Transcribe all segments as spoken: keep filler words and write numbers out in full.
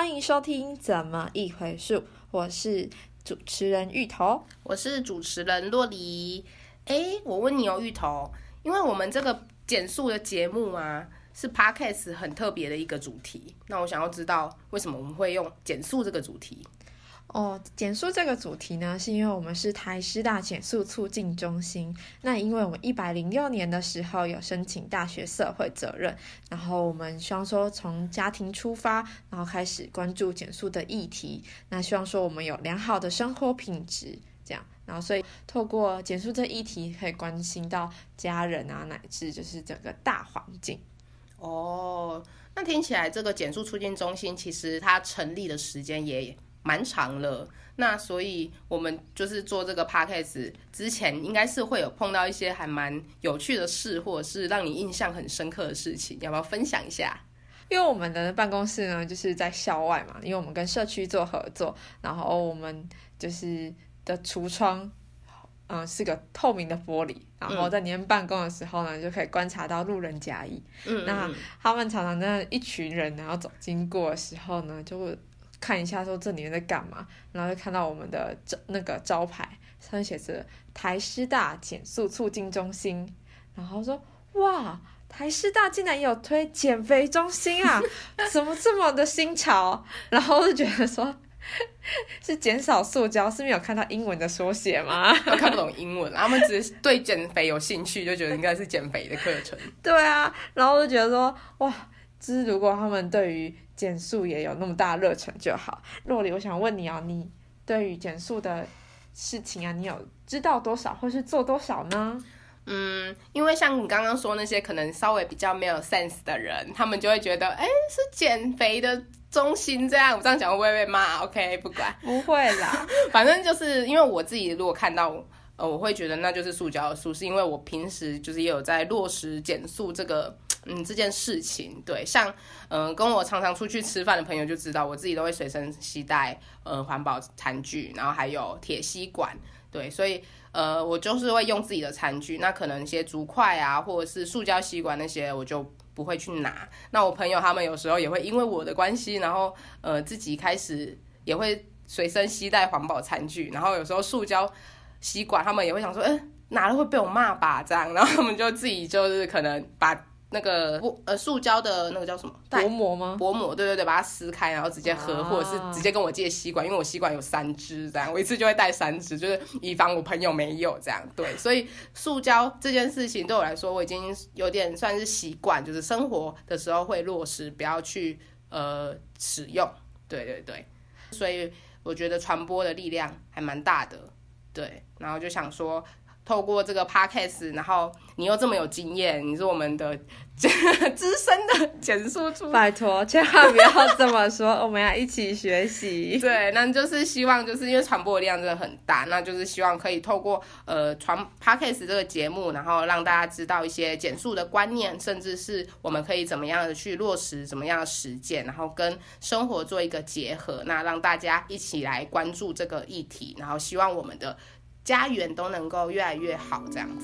欢迎收听怎么一回数，我是主持人芋头， 我是主持人洛黎。诶，我问你哦，芋头，因为我们这个减速的节目啊，是 Podcast 很特别的一个主题，那我想要知道为什么我们会用减速这个主题。 哦，减速这个主题呢，是因为我们是台师大减速促进中心。那因为我们一百零六年的时候有申请大学社会责任，然后我们希望说从家庭出发，然后开始关注减速的议题。那希望说我们有良好的生活品质，这样，然后所以透过减速这议题，可以关心到家人啊，乃至就是整个大环境。 哦，那听起来这个减速促进中心其实它成立的时间也蛮长了，那所以我们就是做这个 podcast 之前，应该是会有碰到一些还蛮有趣的事，或者是让你印象很深刻的事情，要不要分享一下？ 因为我们的办公室呢，就是在校外嘛，因为我们跟社区做合作，然后我们就是的橱窗，嗯，是个透明的玻璃，然后在里面办公的时候呢，嗯、就可以观察到路人甲乙。嗯，那他们常常那一群人，然后走经过的时候呢，就会看一下说这里面在干嘛，然后就看到我们的那个招牌上面写着台师大减速促进中心，然后说哇，台师大竟然也有推减肥中心啊，怎么这么的新潮？然后就觉得说是减少塑胶，是没有看到英文的缩写吗？ 他们看不懂英文，他们只是对减肥有兴趣，就觉得应该是减肥的课程。 对啊，然后就觉得说哇，就是如果他们对于减速也有那么大热忱就好。洛黎，我想问你啊，你对于减速的事情啊，你有知道多少，或是做多少呢？ 嗯，因为像你刚刚说那些可能稍微比较没有 sense 的人，他们就会觉得，哎，是减肥的中心这样，我这样讲会不会被骂 ？OK， 不管， 不会啦， 反正就是因为我自己如果看到。呃，我会觉得那就是塑胶的塑，是因为我平时就是也有在落实减速这个嗯这件事情。对，像嗯、呃、跟我常常出去吃饭的朋友就知道，我自己都会随身携带呃环保餐具，然后还有铁吸管。对，所以呃我就是会用自己的餐具，那可能一些竹筷啊，或者是塑胶吸管那些，我就不会去拿。那我朋友他们有时候也会因为我的关系，然后呃自己开始也会随身携带环保餐具，然后有时候塑胶吸管他们也会想说，嗯、欸，拿了会被我骂吧这样，然后他们就自己就是可能把那个呃塑胶的那个叫什么薄膜吗？ 薄膜，对对对，把它撕开，然后直接喝，啊、或者是直接跟我借吸管，因为我吸管有三支这样，我一次就会带三支，就是以防我朋友没有这样。对，所以塑胶这件事情对我来说，我已经有点算是习惯，就是生活的时候会落实，不要去呃使用。对对对，所以我觉得传播的力量还蛮大的。对，然后就想说透过这个 podcast， 然后你又这么有经验，你是我们的资深的减速处， 拜托千万不要这么说，我们要一起学习。 对，那就是希望就是因为传播的力量真的很大，那就是希望可以透过呃传 podcast 这个节目，然后让大家知道一些减速的观念，甚至是我们可以怎么样的去落实，怎么样的实践，然后跟生活做一个结合，那让大家一起来关注这个议题，然后希望我们的家园都能够越来越好这样子。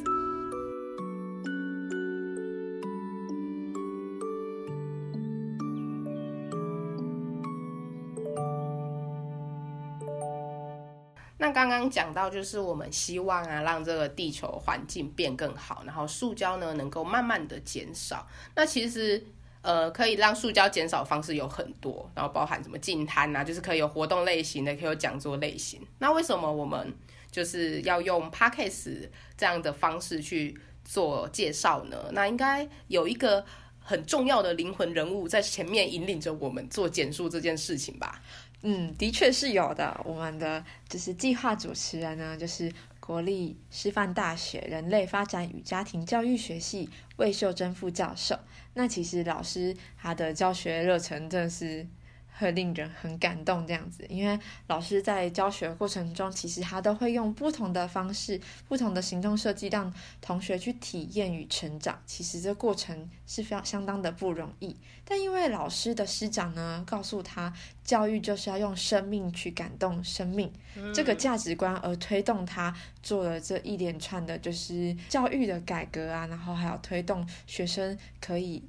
那刚刚讲到就是我们希望啊让这个地球环境变更好，然后塑胶呢能够慢慢的减少。那其实呃可以让塑胶减少的方式有很多，然后包含什么净滩啊，就是可以有活动类型的，可以有讲座类型。那为什么我们就是要用 podcast 这样的方式去做介绍呢？那应该有一个很重要的灵魂人物在前面引领着我们做减速这件事情吧。 嗯，的确是有的。我们的就是计划主持人呢，就是国立师范大学人类发展与家庭教育学系魏秀珍副教授。那其实老师他的教学热忱真的是会令人很感动这样子，因为老师在教学过程中，其实他都会用不同的方式、不同的行动设计，让同学去体验与成长。其实这过程是非常相当的不容易，但因为老师的师长呢，告诉他教育就是要用生命去感动生命、嗯、这个价值观，而推动他做了这一连串的就是教育的改革啊，然后还有推动学生可以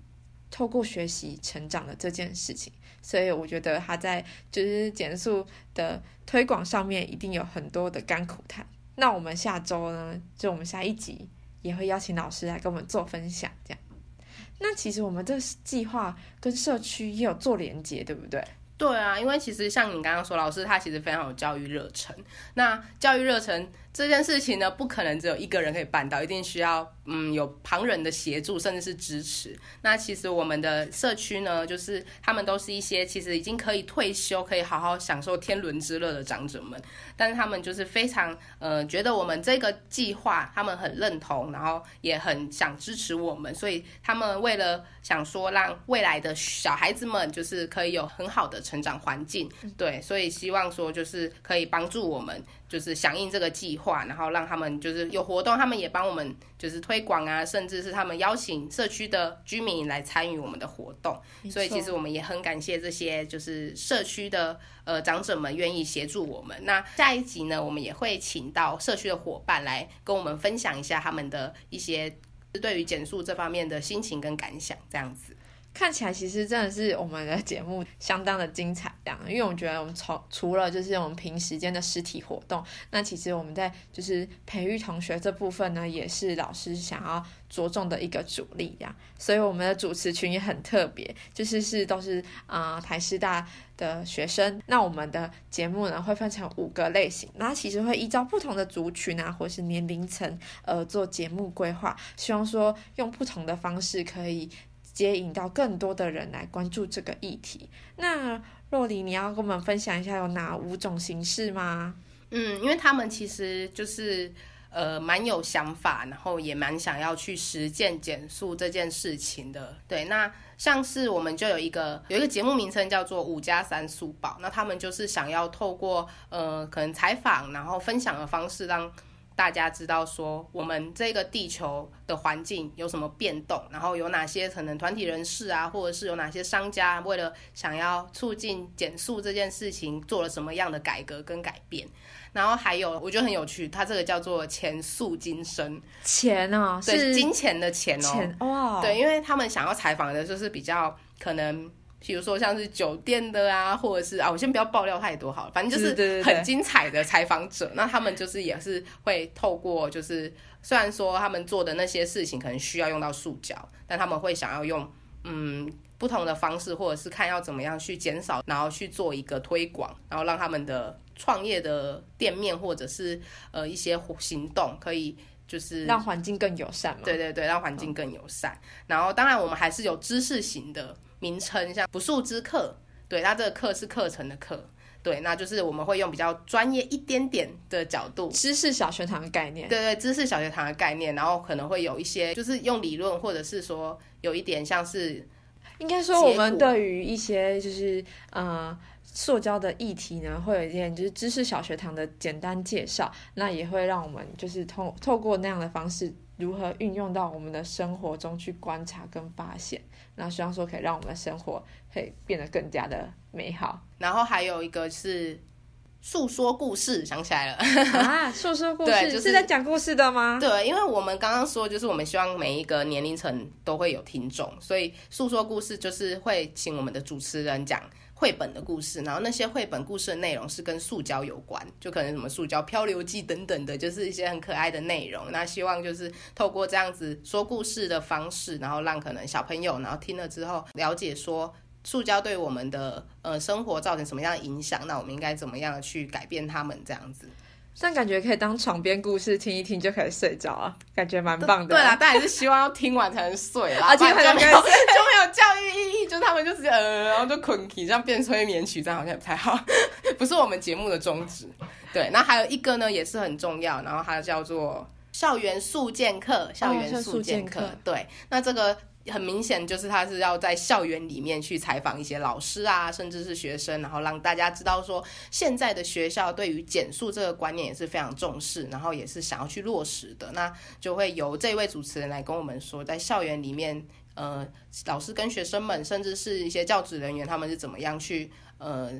透过学习成长的这件事情，所以我觉得他在就是减塑的推广上面一定有很多的甘苦谈。那我们下周呢，就我们下一集也会邀请老师来跟我们做分享，这样。那其实我们这个计划跟社区也有做连结，对不对？ 对啊，因为其实像你刚刚说，老师他其实非常有教育热忱。那教育热忱这件事情呢，不可能只有一个人可以办到，一定需要嗯有旁人的协助，甚至是支持。那其实我们的社区呢，就是他们都是一些其实已经可以退休，可以好好享受天伦之乐的长者们，但是他们就是非常呃觉得我们这个计划他们很认同，然后也很想支持我们，所以他们为了想说让未来的小孩子们就是可以有很好的成长环境，对，所以希望说就是可以帮助我们就是响应这个计划，然后让他们就是有活动，他们也帮我们就是推广啊，甚至是他们邀请社区的居民来参与我们的活动。所以其实我们也很感谢这些就是社区的呃长者们愿意协助我们。那下一集呢，我们也会请到社区的伙伴来跟我们分享一下他们的一些对于减塑这方面的心情跟感想，这样子。 看起来其实真的是我们的节目相当的精彩，这样，因为我觉得我们除除了就是我们平时间的实体活动，那其实我们在就是培育同学这部分呢，也是老师想要着重的一个主力，这样，所以我们的主持群也很特别，就是是都是啊、呃、台师大的学生。那我们的节目呢会分成五个类型，那其实会依照不同的族群啊或是年龄层呃做节目规划，希望说用不同的方式可以接引到更多的人来关注这个议题。那若黎，你要跟我们分享一下有哪五种形式吗？ 嗯，因为他们其实就是呃蛮有想法，然后也蛮想要去实践减塑这件事情的。对，那像是我们就有一个有一个节目名称叫做五加三塑保，那他们就是想要透过呃可能采访然后分享的方式，让大家知道说我们这个地球的环境有什么变动，然后有哪些可能团体人士啊，或者是有哪些商家为了想要促进减塑这件事情做了什么样的改革跟改变。然后还有我觉得很有趣，它这个叫做钱塑今生。 钱哦， 对， 是金钱的钱哦。 钱哇， 对，因为他们想要采访的就是比较可能比如说像是酒店的啊，或者是啊，我先不要爆料太多好了，反正就是很精彩的采访者。那他们就是也是会透过就是虽然说他们做的那些事情可能需要用到塑胶，但他们会想要用嗯不同的方式，或者是看要怎么样去减少，然后去做一个推广，然后让他们的创业的店面或者是呃一些行动可以就是让环境更友善嘛。 对对对，让环境更友善。然后当然我们还是有知识型的名称，像不速之课，对，它这个课是课程的课，对，那就是我们会用比较专业一点点的角度， 知识小学堂的概念， 对对，知识小学堂的概念，然后可能会有一些就是用理论，或者是说有一点像是， 应该说我们对于一些就是呃塑胶的议题呢，会有一点就是知识小学堂的简单介绍，那也会让我们就是透透过那样的方式，如何运用到我们的生活中去观察跟发现，那希望说可以让我们的生活可以变得更加的美好。 然后还有一个是诉说故事，想起来了啊，诉说故事， 对，就是是在讲故事的吗？ 对，因为我们刚刚说就是我们希望每一个年龄层都会有听众，所以诉说故事就是会请我们的主持人讲绘本的故事，然后那些绘本故事的内容是跟塑胶有关，就可能什么塑胶漂流记等等的，就是一些很可爱的内容。那希望就是透过这样子说故事的方式，然后让可能小朋友然后听了之后了解说塑胶对我们的呃生活造成什么样的影响，那我们应该怎么样去改变它们，这样子。 这样感觉可以当床边故事听一听就可以睡着啊，感觉蛮棒的。 对啦，但还是希望要听完才能睡啦， 而且就没有就没有教育意义，就是他们就直接呃，然后就困起，这样变催眠曲，这样好像也不太好，不是我们节目的宗旨。对，那还有一个呢，也是很重要，然后它叫做校园速健课，校园速健课、哦。对，那这个很明显就是他是要在校园里面去采访一些老师啊，甚至是学生，然后让大家知道说现在的学校对于减塑这个观念也是非常重视，然后也是想要去落实的。那就会由这位主持人来跟我们说，在校园里面呃，老师跟学生们甚至是一些教职人员他们是怎么样去呃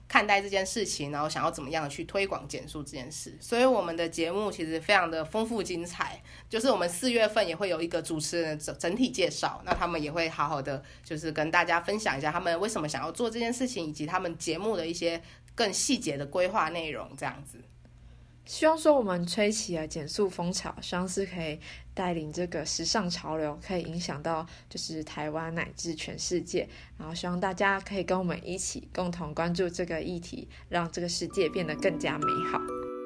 看待这件事情，然后想要怎么样去推广减塑这件事。所以我们的节目其实非常的丰富精彩，就是我们四月份也会有一个主持人的整体介绍，那他们也会好好的就是跟大家分享一下他们为什么想要做这件事情，以及他们节目的一些更细节的规划内容这样子。 希望说我们吹起了减塑风潮，希望是可以带领这个时尚潮流，可以影响到就是台湾乃至全世界，然后希望大家可以跟我们一起共同关注这个议题，让这个世界变得更加美好。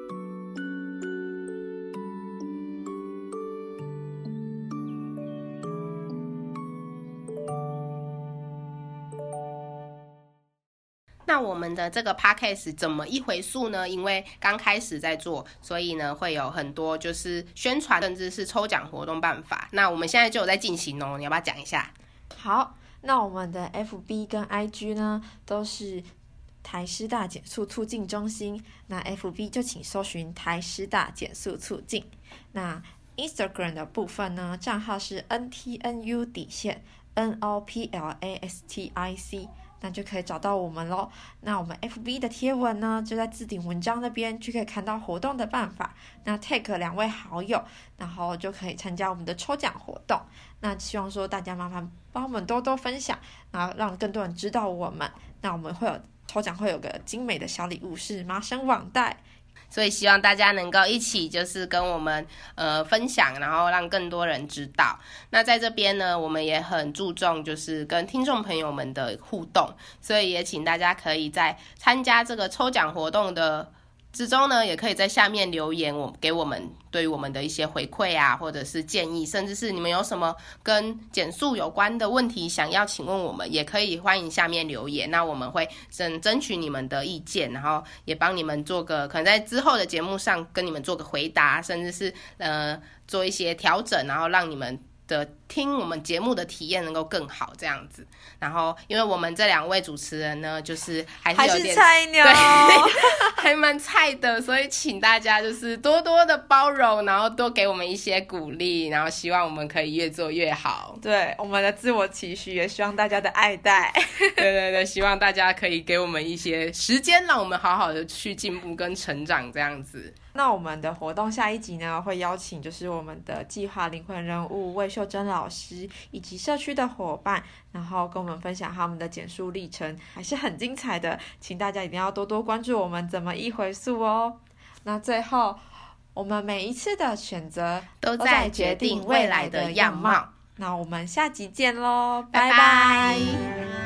那我们的这个 podcast 怎么一回溯呢？因为刚开始在做，所以呢会有很多就是宣传甚至是抽奖活动办法。那我们现在就有在进行哦，你要不要讲一下？ 好，那我们的 F B 跟 I G 呢都是台师大减塑促进中心，那 F B 就请搜寻台师大减塑促进。那 Instagram 的部分呢，账号是 N T N U 底线 N O P L A S T I C，那就可以找到我们咯。那我们 F B 的贴文呢，就在置顶文章那边就可以看到活动的办法。那 tag 两位好友，然后就可以参加我们的抽奖活动。那希望说大家麻烦帮我们多多分享，然后让更多人知道我们。那我们会有抽奖，会有个精美的小礼物是麻绳网袋。 所以希望大家能够一起就是跟我们呃分享，然后让更多人知道。那在这边呢，我们也很注重就是跟听众朋友们的互动，所以也请大家可以在参加这个抽奖活动的之中呢，也可以在下面留言，我给我们对于我们的一些回馈啊，或者是建议，甚至是你们有什么跟减塑有关的问题想要请问我们，也可以欢迎下面留言。那我们会争争取你们的意见，然后也帮你们做个可能在之后的节目上跟你们做个回答，甚至是呃做一些调整，然后让你们的听我们节目的体验能够更好这样子。然后因为我们这两位主持人呢，就是还是有点还是菜鸟， 对，还蛮菜的，所以请大家就是多多的包容，然后多给我们一些鼓励，然后希望我们可以越做越好。 对，我们的自我期许也希望大家的爱戴。 对对对，希望大家可以给我们一些时间，让我们好好的去进步跟成长这样子。 那我们的活动下一集呢，会邀请就是我们的计划灵魂人物魏秀珍老师以及社区的伙伴，然后跟我们分享他们的减塑历程，还是很精彩的，请大家一定要多多关注我们怎么一回溯哦。那最后，我们每一次的选择都在决定未来的样貌。 那我们下集见咯， 拜拜。 拜拜。